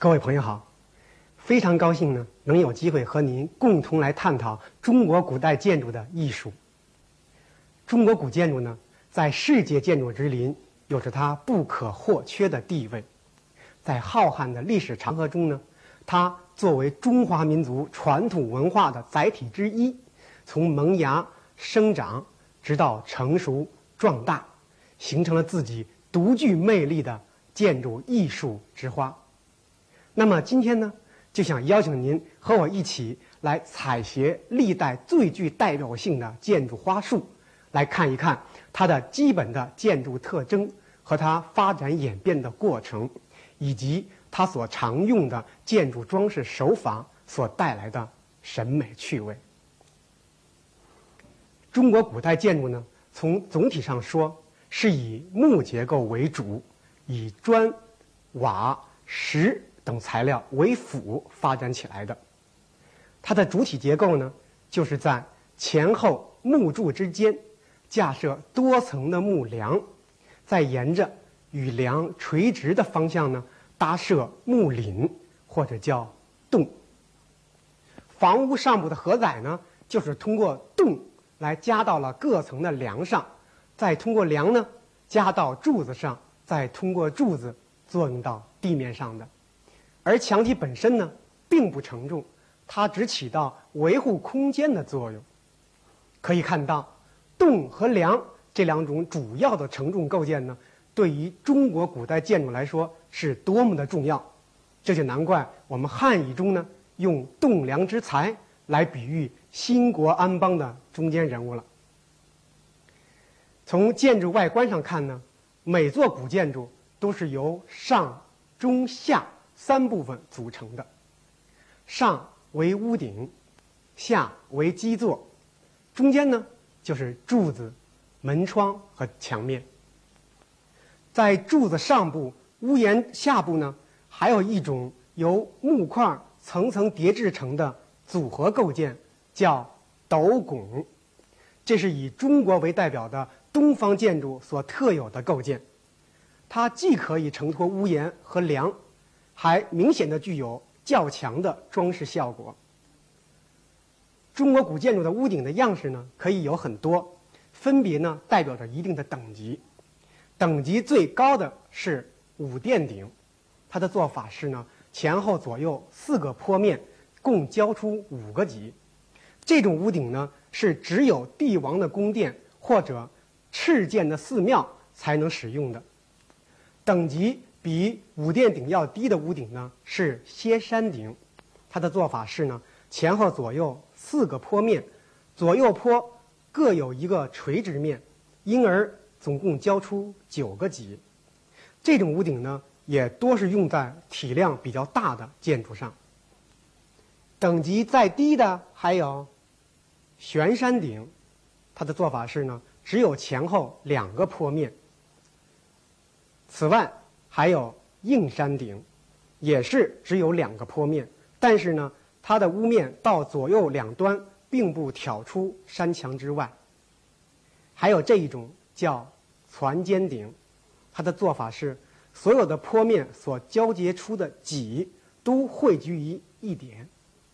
各位朋友好，非常高兴呢，能有机会和您共同来探讨中国古代建筑的艺术。中国古建筑呢，在世界建筑之林有着它不可或缺的地位。在浩瀚的历史长河中呢，它作为中华民族传统文化的载体之一，从萌芽生长直到成熟壮大，形成了自己独具魅力的建筑艺术之花。那么今天呢，就想邀请您和我一起来采撷历代最具代表性的建筑花束，来看一看它的基本的建筑特征和它发展演变的过程，以及它所常用的建筑装饰手法所带来的审美趣味。中国古代建筑呢，从总体上说是以木结构为主，以砖、瓦、石等材料为辅发展起来的。它的主体结构呢，就是在前后木柱之间架设多层的木梁，再沿着与梁垂直的方向呢，搭设木檩或者叫洞。房屋上部的荷载呢，就是通过洞来加到了各层的梁上，再通过梁呢加到柱子上，再通过柱子作用到地面上的。而墙体本身呢，并不承重，它只起到维护空间的作用。可以看到，洞和梁这两种主要的承重构件呢，对于中国古代建筑来说是多么的重要。这就难怪我们汉语中呢，用栋梁之才来比喻兴国安邦的中间人物了。从建筑外观上看呢，每座古建筑都是由上、中、下三部分组成的。上为屋顶，下为基座，中间呢就是柱子、门窗和墙面。在柱子上部、屋檐下部呢，还有一种由木块层层叠制成的组合构件，叫斗拱。这是以中国为代表的东方建筑所特有的构件。它既可以承托屋檐和梁，还明显的具有较强的装饰效果。中国古建筑的屋顶的样式呢，可以有很多，分别呢代表着一定的等级。等级最高的是五殿顶，它的做法是呢，前后左右4个坡面，共交出5个级。这种屋顶呢，是只有帝王的宫殿或者敕建的寺庙才能使用的。等级比五殿顶要低的屋顶呢，是歇山顶，它的做法是呢，前后左右4个坡面，左右坡各有1个垂直面，因而总共交出9个级。这种屋顶呢，也多是用在体量比较大的建筑上。等级再低的还有悬山顶，它的做法是呢，只有前后2个坡面。此外还有硬山顶，也是只有2个坡面，但是呢，它的屋面到左右两端并不挑出山墙之外。还有这一种叫攒尖顶，它的做法是所有的坡面所交接出的脊都汇聚于一点。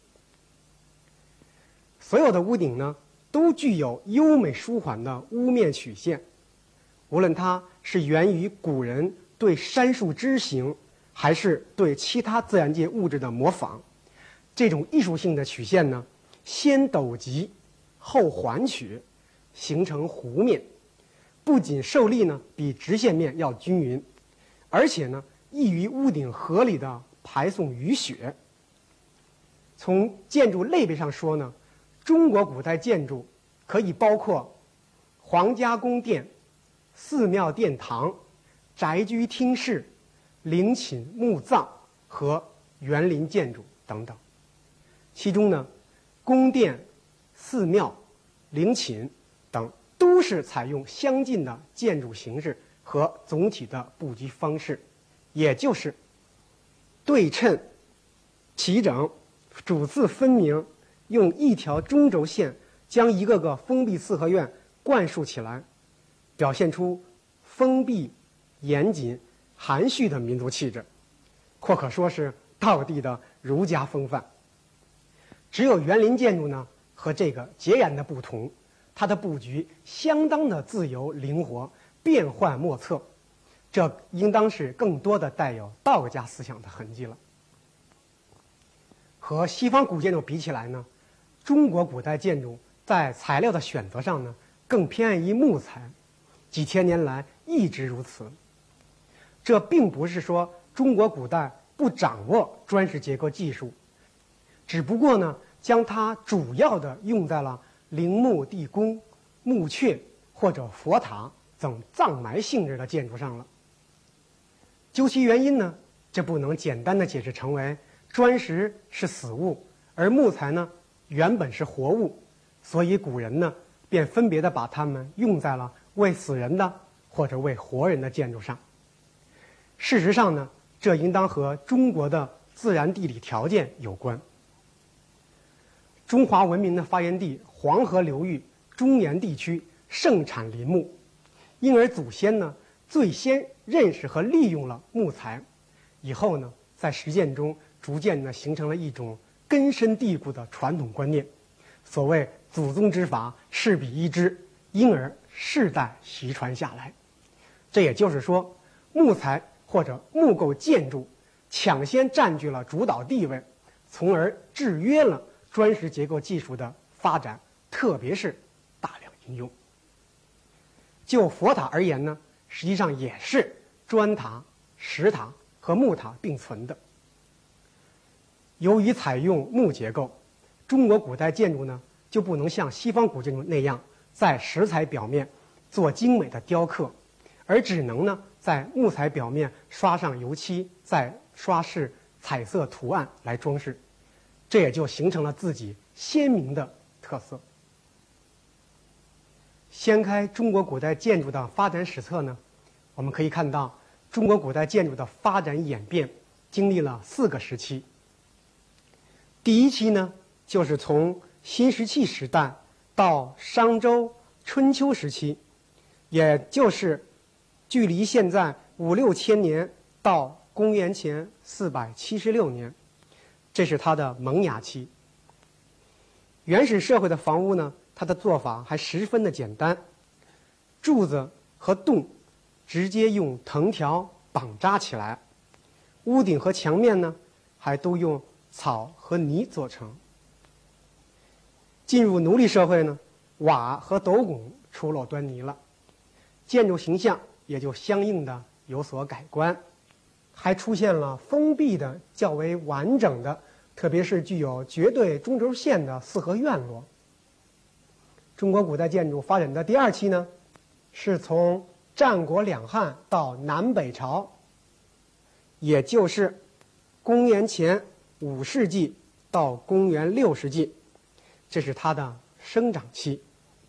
所有的屋顶呢，都具有优美舒缓的屋面曲线，无论它是源于古人对杉树枝形，还是对其他自然界物质的模仿，这种艺术性的曲线呢，先陡急后缓曲，形成弧面，不仅受力呢比直线面要均匀，而且呢易于屋顶合理的排送雨雪。从建筑类别上说呢，中国古代建筑可以包括皇家宫殿、寺庙殿堂、宅居厅室、陵寝墓葬和园林建筑等等。其中呢，宫殿、寺庙、陵寝等都是采用相近的建筑形式和总体的布局方式，也就是对称、齐整、主次分明，用一条中轴线将一个个封闭四合院灌输起来，表现出封闭、严谨、含蓄的民族气质，或可说是道地的儒家风范。只有园林建筑呢和这个截然的不同，它的布局相当的自由灵活，变幻莫测，这应当是更多的带有道家思想的痕迹了。和西方古建筑比起来呢，中国古代建筑在材料的选择上呢更偏爱于木材，几千年来一直如此。这并不是说中国古代不掌握砖石结构技术，只不过呢将它主要的用在了陵墓地宫、墓阙或者佛塔等葬埋性质的建筑上了。究其原因呢，这不能简单的解释成为砖石是死物，而木材呢原本是活物，所以古人呢便分别的把它们用在了为死人的或者为活人的建筑上。事实上呢，这应当和中国的自然地理条件有关。中华文明的发源地黄河流域中原地区盛产林木，因而祖先呢最先认识和利用了木材，以后呢在实践中逐渐的形成了一种根深蒂固的传统观念，所谓祖宗之法是彼一之，因而世代习传下来。这也就是说，木材或者木构建筑抢先占据了主导地位，从而制约了砖石结构技术的发展，特别是大量应用。就佛塔而言呢，实际上也是砖塔、石塔和木塔并存的。由于采用木结构，中国古代建筑呢就不能像西方古建筑那样在石材表面做精美的雕刻，而只能呢在木材表面刷上油漆，再刷饰彩色图案来装饰，这也就形成了自己鲜明的特色。掀开中国古代建筑的发展史册呢，我们可以看到中国古代建筑的发展演变经历了4个时期。第一期呢，就是从新石器时代到商周、春秋时期，也就是距离现在5、6千年到公元前476年，这是它的萌芽期。原始社会的房屋呢，它的做法还十分的简单，柱子和洞直接用藤条绑扎起来，屋顶和墙面呢还都用草和泥做成。进入奴隶社会呢，瓦和斗拱初露端倪了，建筑形象也就相应的有所改观，还出现了封闭的较为完整的，特别是具有绝对中轴线的四合院落。中国古代建筑发展的第2期呢，是从战国两汉到南北朝，也就是公元前5世纪到公元6世纪，这是它的生长期。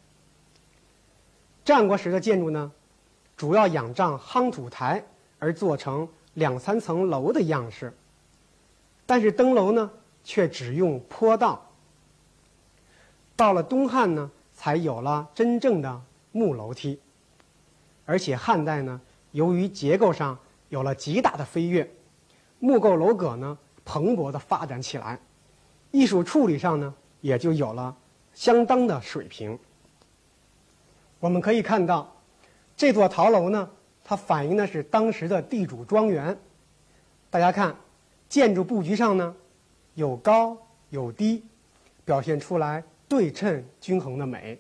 战国时的建筑呢，主要仰仗夯土台而做成2、3层楼的样式，但是登楼呢却只用坡道。到了东汉呢，才有了真正的木楼梯，而且汉代呢，由于结构上有了极大的飞跃，木构楼阁呢蓬勃地发展起来，艺术处理上呢也就有了相当的水平。我们可以看到，这座陶楼呢，它反映的是当时的地主庄园。大家看，建筑布局上呢，有高有低，表现出来对称均衡的美。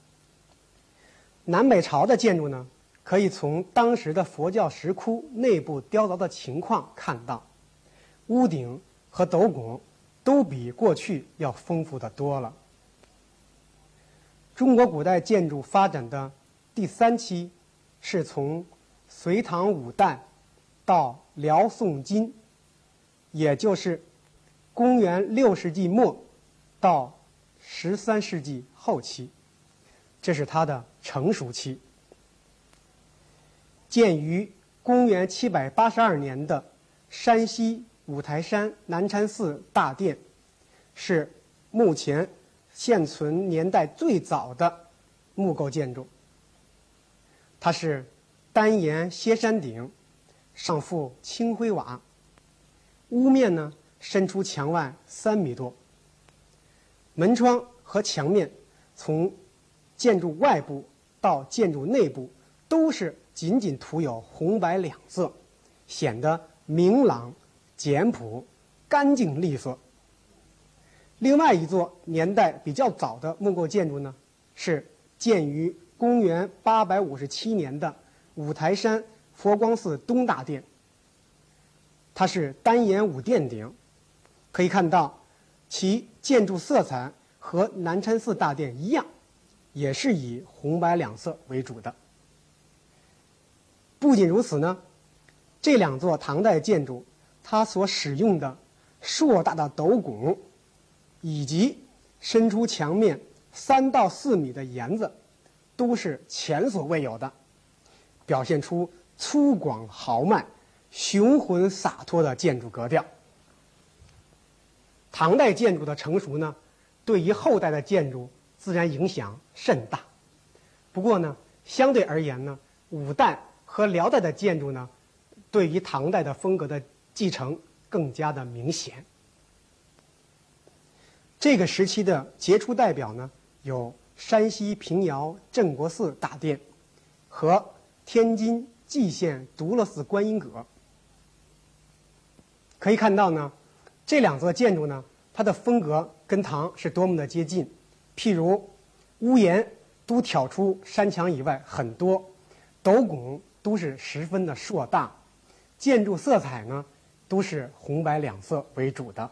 南北朝的建筑呢，可以从当时的佛教石窟内部雕凿的情况看到，屋顶和斗拱都比过去要丰富得多了。中国古代建筑发展的第3期，是从隋唐5代到辽宋金，也就是公元6世纪末到13世纪后期，这是它的成熟期。建于公元782年的山西五台山南禅寺大殿，是目前现存年代最早的木构建筑。它是单檐歇山顶，上覆青灰瓦，屋面呢伸出墙外3米多。门窗和墙面从建筑外部到建筑内部都是仅仅涂有红白两色，显得明朗、简朴、干净利索。另外一座年代比较早的木构建筑呢，是建于公元857年的五台山佛光寺东大殿。它是单檐五殿顶，可以看到其建筑色彩和南禅寺大殿一样，也是以红白两色为主的。不仅如此呢，这2座唐代建筑它所使用的硕大的斗拱以及伸出墙面3到4米的檐子，都是前所未有的，表现出粗犷豪迈、雄浑洒脱的建筑格调。唐代建筑的成熟呢，对于后代的建筑自然影响甚大。不过呢，相对而言呢，5代和辽代的建筑呢，对于唐代的风格的继承更加的明显。这个时期的杰出代表呢，有山西平遥镇国寺大殿和天津蓟县独乐寺观音阁。可以看到呢，这2座建筑呢，它的风格跟唐是多么的接近。譬如屋檐都挑出山墙以外很多，斗拱都是十分的硕大，建筑色彩呢都是红白两色为主的。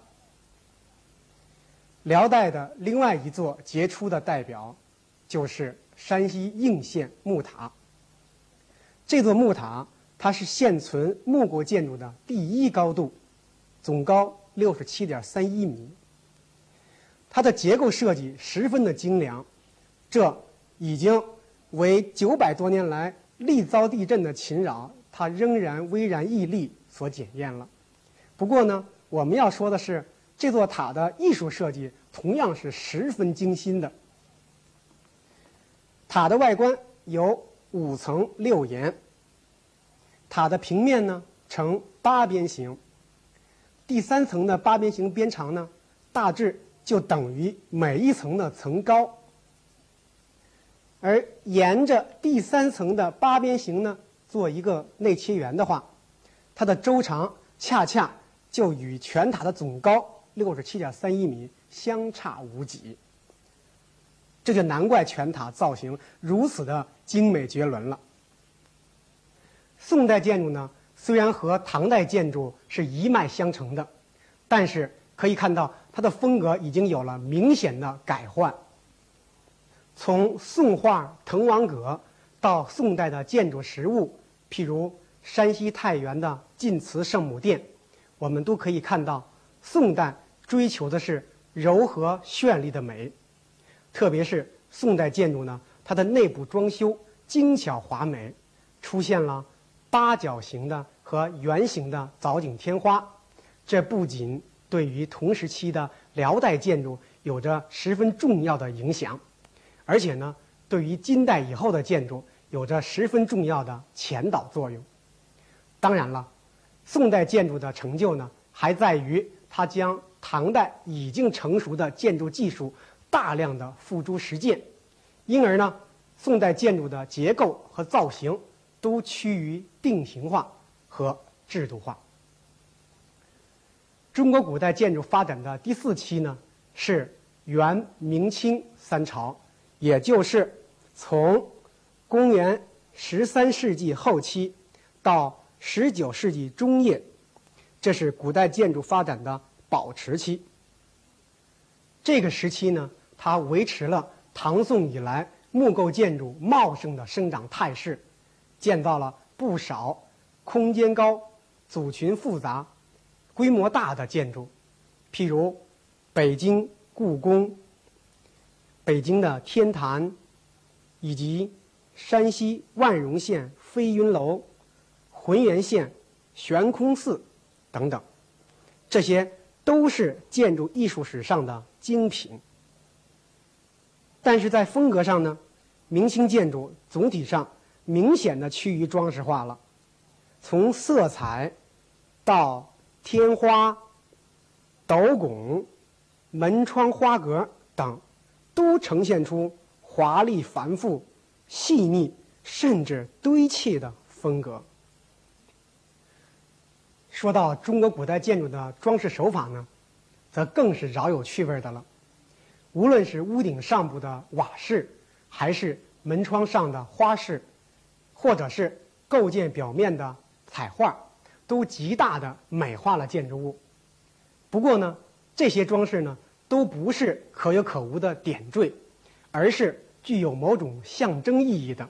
辽代的另外一座杰出的代表就是山西应县木塔。这座木塔它是现存木构建筑的第1高度，总高67.31米。它的结构设计十分的精良，这已经为900多年来历遭地震的侵扰，它仍然巍然屹立所检验了。不过呢，我们要说的是，这座塔的艺术设计同样是十分精心的。塔的外观有5层6檐，塔的平面呢呈8边形，第3层的8边形边长呢，大致就等于每一层的层高。而沿着第3层的8边形呢，做一个内切圆的话，它的周长恰恰就与全塔的总高67.31米相差无几。这就难怪全塔造型如此的精美绝伦了。宋代建筑呢，虽然和唐代建筑是一脉相承的，但是可以看到它的风格已经有了明显的改换。从宋画滕王阁到宋代的建筑实物，譬如山西太原的晋祠圣母殿，我们都可以看到宋代追求的是柔和绚丽的美。特别是宋代建筑呢，它的内部装修精巧华美，出现了8角形的和圆形的藻井天花。这不仅对于同时期的辽代建筑有着十分重要的影响，而且呢，对于金代以后的建筑有着十分重要的前导作用。当然了，宋代建筑的成就呢，还在于它将唐代已经成熟的建筑技术大量的付诸实践，因而呢，宋代建筑的结构和造型都趋于定型化和制度化。中国古代建筑发展的第4期呢，是元、明、清3朝，也就是从公元13世纪后期到19世纪中叶，这是古代建筑发展的保持期。这个时期呢，它维持了唐宋以来木构建筑茂盛的生长态势，建造了不少空间高、组群复杂、规模大的建筑，譬如北京故宫、北京的天坛，以及山西万荣县飞云楼、浑源县悬空寺等等，这些都是建筑艺术史上的精品。但是在风格上呢，明清建筑总体上明显的趋于装饰化了，从色彩到天花、 斗拱、门窗花格等，都呈现出华丽繁复、细腻甚至堆砌的风格。说到中国古代建筑的装饰手法呢，则更是饶有趣味的了。无论是屋顶上部的瓦饰，还是门窗上的花饰，或者是构件表面的彩画，都极大的美化了建筑物。不过呢，这些装饰呢，都不是可有可无的点缀，而是具有某种象征意义的。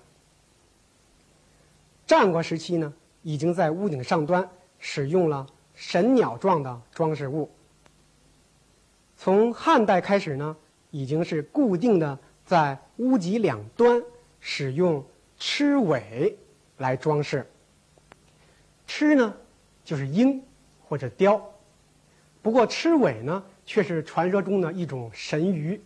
战国时期呢，已经在屋顶上端使用了神鸟状的装饰物。从汉代开始呢，已经是固定的在屋脊两端使用螭尾来装饰。螭呢，就是鹰或者雕，不过螭尾呢，却是传说中的一种神鱼。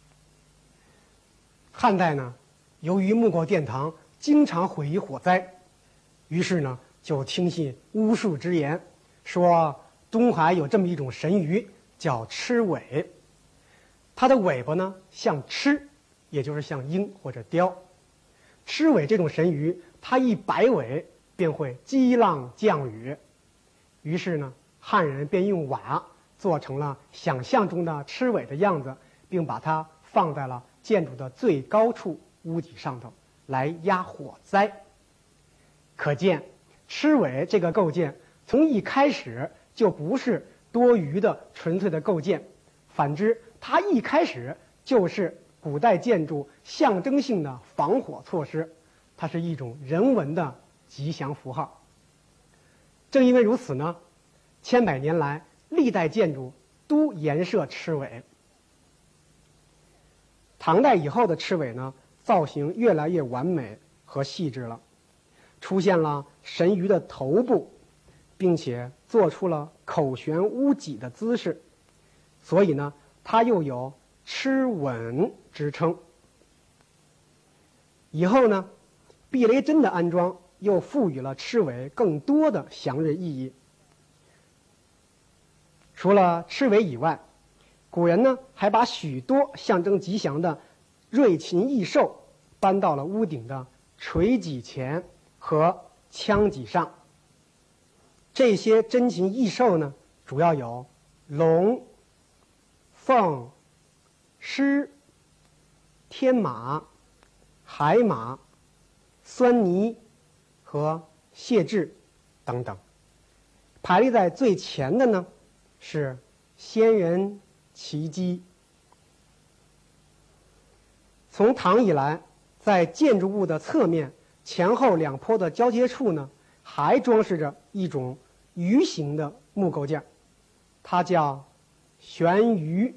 汉代呢，由于木构殿堂经常毁于火灾，于是呢，就听信巫术之言，说东海有这么一种神鱼，叫螭尾。它的尾巴呢像螭，也就是像鹰或者雕。螭尾这种神鱼，它一摆尾便会激浪降雨。于是呢，汉人便用瓦做成了想象中的螭尾的样子，并把它放在了建筑的最高处屋脊上头，来压火灾。可见螭尾这个构件从一开始就不是多余的纯粹的构件，反之它一开始就是古代建筑象征性的防火措施，它是一种人文的吉祥符号。正因为如此呢，千百年来历代建筑都颜设螭尾。唐代以后的螭尾呢，造型越来越完美和细致了，出现了神鱼的头部，并且做出了口悬屋脊的姿势，所以呢，它又有螭吻之称。以后呢，避雷针的安装又赋予了螭尾更多的祥瑞意义。除了螭尾以外，古人呢还把许多象征吉祥的瑞禽异兽搬到了屋顶的垂脊前和枪脊上。这些珍禽异兽呢，主要有龙、凤、狮、天马、海马、狻猊和谢雉等等。排列在最前的呢是仙人、奇鸡。从唐以来，在建筑物的侧面前后两坡的交接处呢，还装饰着一种鱼形的木构件，它叫悬鱼。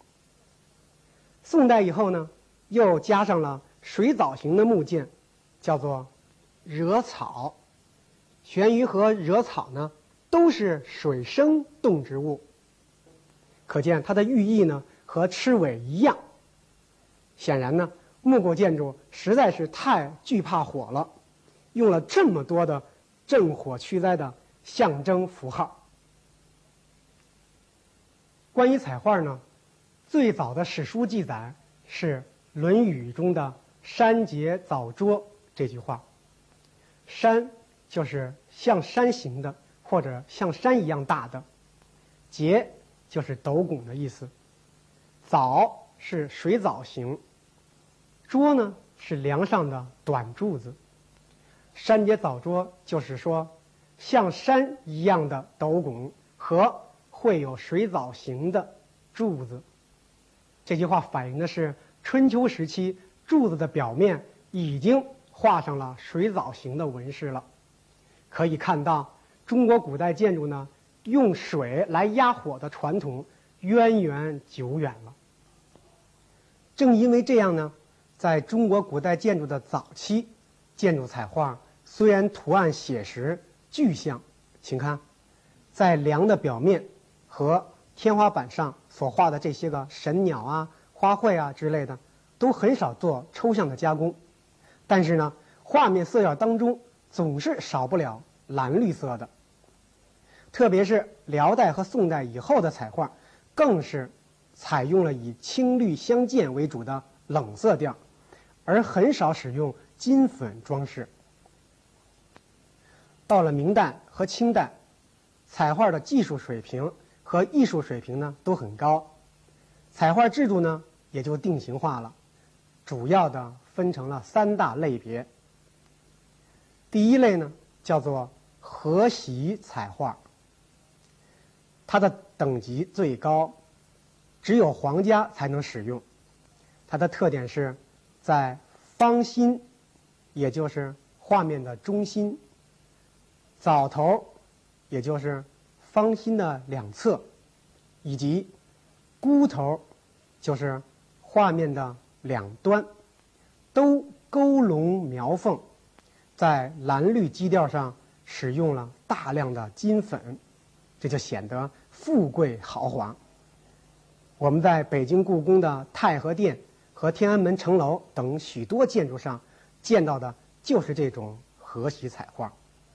宋代以后呢，又加上了水藻形的木件，叫做惹草。悬鱼和惹草呢，都是水生动植物，可见它的寓意呢和螭尾一样。显然呢，木构建筑实在是太惧怕火了，用了这么多的镇火驱灾的象征符号。关于彩画呢，最早的史书记载是《论语》中的“山节藻棁”这句话。山就是像山形的或者像山一样大的，节就是斗拱的意思，藻是水藻形，棁呢是梁上的短柱子。山节藻棁就是说像山一样的斗拱和会有水藻形的柱子。这句话反映的是春秋时期柱子的表面已经画上了水藻形的纹饰了。可以看到中国古代建筑呢，用水来压火的传统渊源久远了。正因为这样呢，在中国古代建筑的早期，建筑彩画虽然图案写实具象，请看，在梁的表面和天花板上所画的这些个神鸟啊、花卉啊之类的，都很少做抽象的加工，但是呢，画面色调当中总是少不了蓝绿色的。特别是辽代和宋代以后的彩画， 更是采用了以青绿相间为主的冷色调，而很少使用金粉装饰。到了明代和清代，彩画的技术水平和艺术水平呢都很高，彩画制度呢也就定型化了，主要的分成了3大类别。第一类呢叫做和玺彩画，它的等级最高，只有皇家才能使用。它的特点是在方心，也就是画面的中心，枣头，也就是方心的2侧，以及箍头，就是画面的2端，都勾龙描凤，在蓝绿基调上使用了大量的金粉，这就显得富贵豪华。我们在北京故宫的太和殿和天安门城楼等许多建筑上见到的就是这种和玺彩画。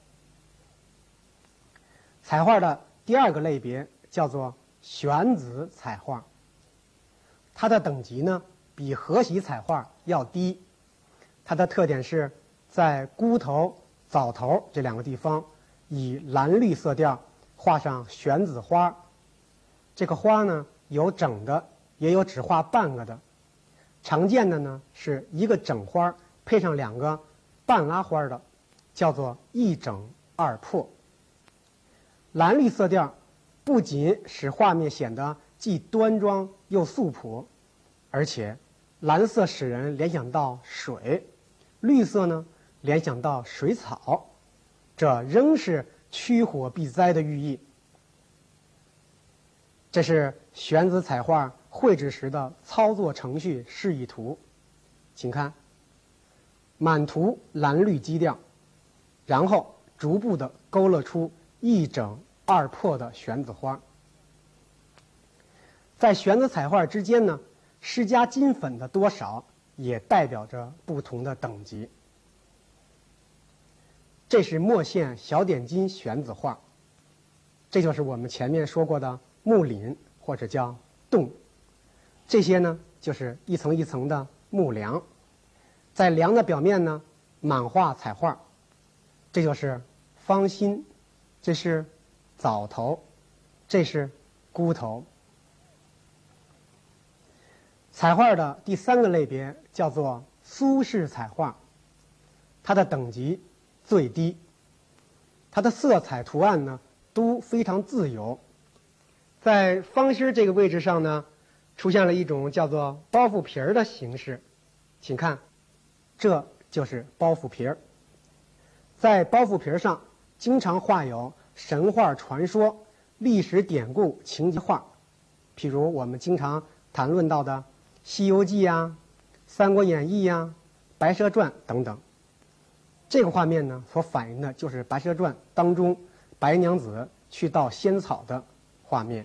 彩画的第2个类别叫做玄子彩画，它的等级呢比和玺彩画要低，它的特点是在箍头、枣头这2个地方以蓝绿色调画上玄子花，这个花呢有整的，也有只画半个的。常见的呢是一个整花配上2个半拉花的，叫做一整二破。蓝绿色调不仅使画面显得既端庄又素朴，而且蓝色使人联想到水，绿色呢联想到水草，这仍是驱火避灾的寓意。这是玄子彩画绘制时的操作程序示意图，请看，满图蓝绿基调，然后逐步地勾勒出一整二破的玄子花。在玄子彩画之间呢，施加金粉的多少也代表着不同的等级。这是墨线小点金玄子画，这就是我们前面说过的木林或者叫洞，这些呢就是一层一层的木梁，在梁的表面呢满画彩画，这就是方心，这是枣头，这是箍头。彩画的第3个类别叫做苏式彩画，它的等级最低，它的色彩图案呢都非常自由。在方心这个位置上呢，出现了一种叫做包袱皮儿的形式，请看，这就是包袱皮儿。在包袱皮儿上经常画有神话传说、历史典故情节画，譬如我们经常谈论到的《西游记》呀、《三国演义》呀、《白蛇传》等等。这个画面呢，所反映的就是《白蛇传》当中白娘子去盗仙草的画面。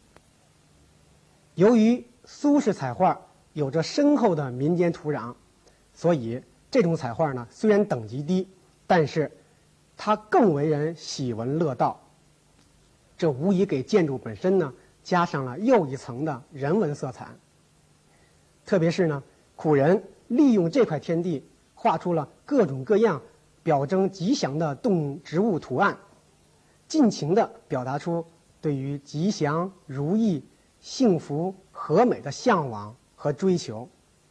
由于苏式彩画有着深厚的民间土壤，所以这种彩画呢虽然等级低，但是它更为人喜闻乐道。这无疑给建筑本身呢加上了又一层的人文色彩。特别是呢，古人利用这块天地，画出了各种各样表征吉祥的动植物图案，尽情地表达出对于吉祥、如意、幸福、和美的向往和追求。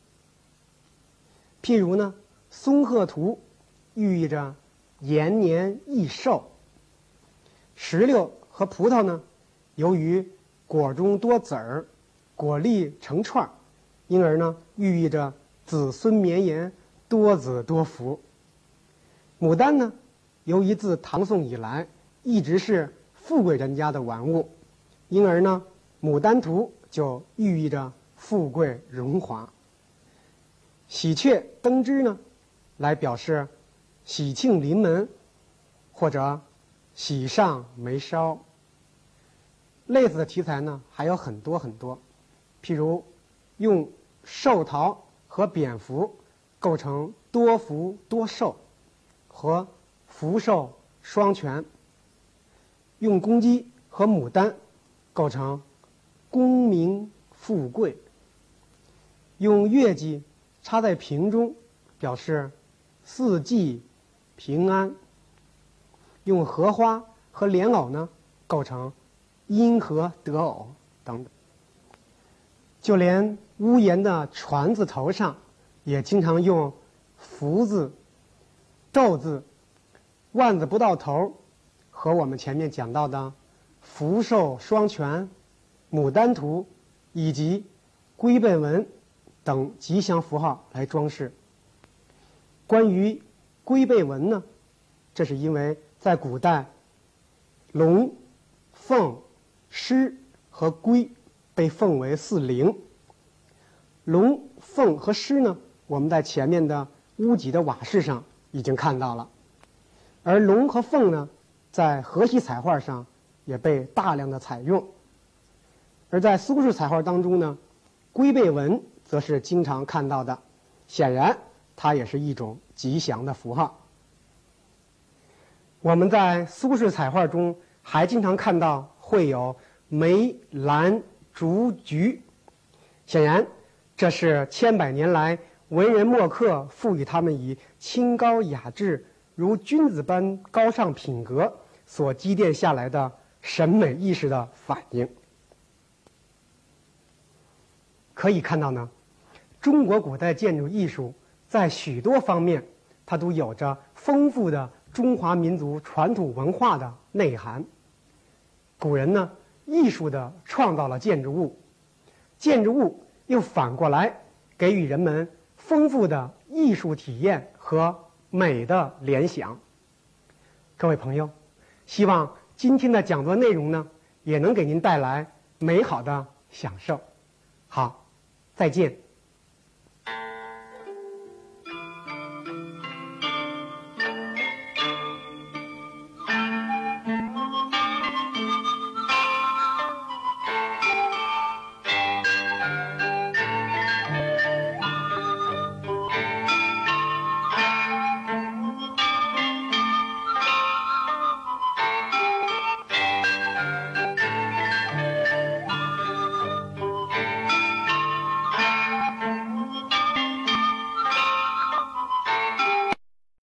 譬如呢，松鹤图寓意着延年益寿；石榴和葡萄呢，由于果中多籽儿，果粒成串儿，因而呢，寓意着子孙绵延、多子多福。牡丹呢，由于自唐宋以来一直是富贵人家的玩物，因而呢，牡丹图就寓意着富贵荣华。喜鹊登枝呢，来表示喜庆临门，或者喜上眉梢。类似的题材呢还有很多很多，譬如用寿桃和蝙蝠构成多福多寿，和福寿双全；用公鸡和牡丹构成功名富贵。用月季插在瓶中，表示四季平安。用荷花和莲藕呢，构成因和得偶等等。就连屋檐的船字头上，也经常用福字、斗字、万字不到头，和我们前面讲到的福寿双全、牡丹图以及龟背纹等吉祥符号来装饰。关于龟背纹呢，这是因为在古代，龙、凤、狮和龟被奉为四灵。龙、凤和狮呢，我们在前面的屋脊的瓦饰上已经看到了，而龙和凤呢，在河西彩画上也被大量的采用。而在苏式彩画当中呢，龟背纹则是经常看到的，显然它也是一种吉祥的符号。我们在苏式彩画中还经常看到会有梅、兰、竹、菊，显然这是千百年来文人墨客赋予他们以清高雅致、如君子般高尚品格所积淀下来的审美意识的反应。可以看到呢，中国古代建筑艺术在许多方面，它都有着丰富的中华民族传统文化的内涵。古人呢，艺术地创造了建筑物，建筑物又反过来给予人们丰富的艺术体验和美的联想。各位朋友，希望今天的讲座内容呢，也能给您带来美好的享受。好，再见。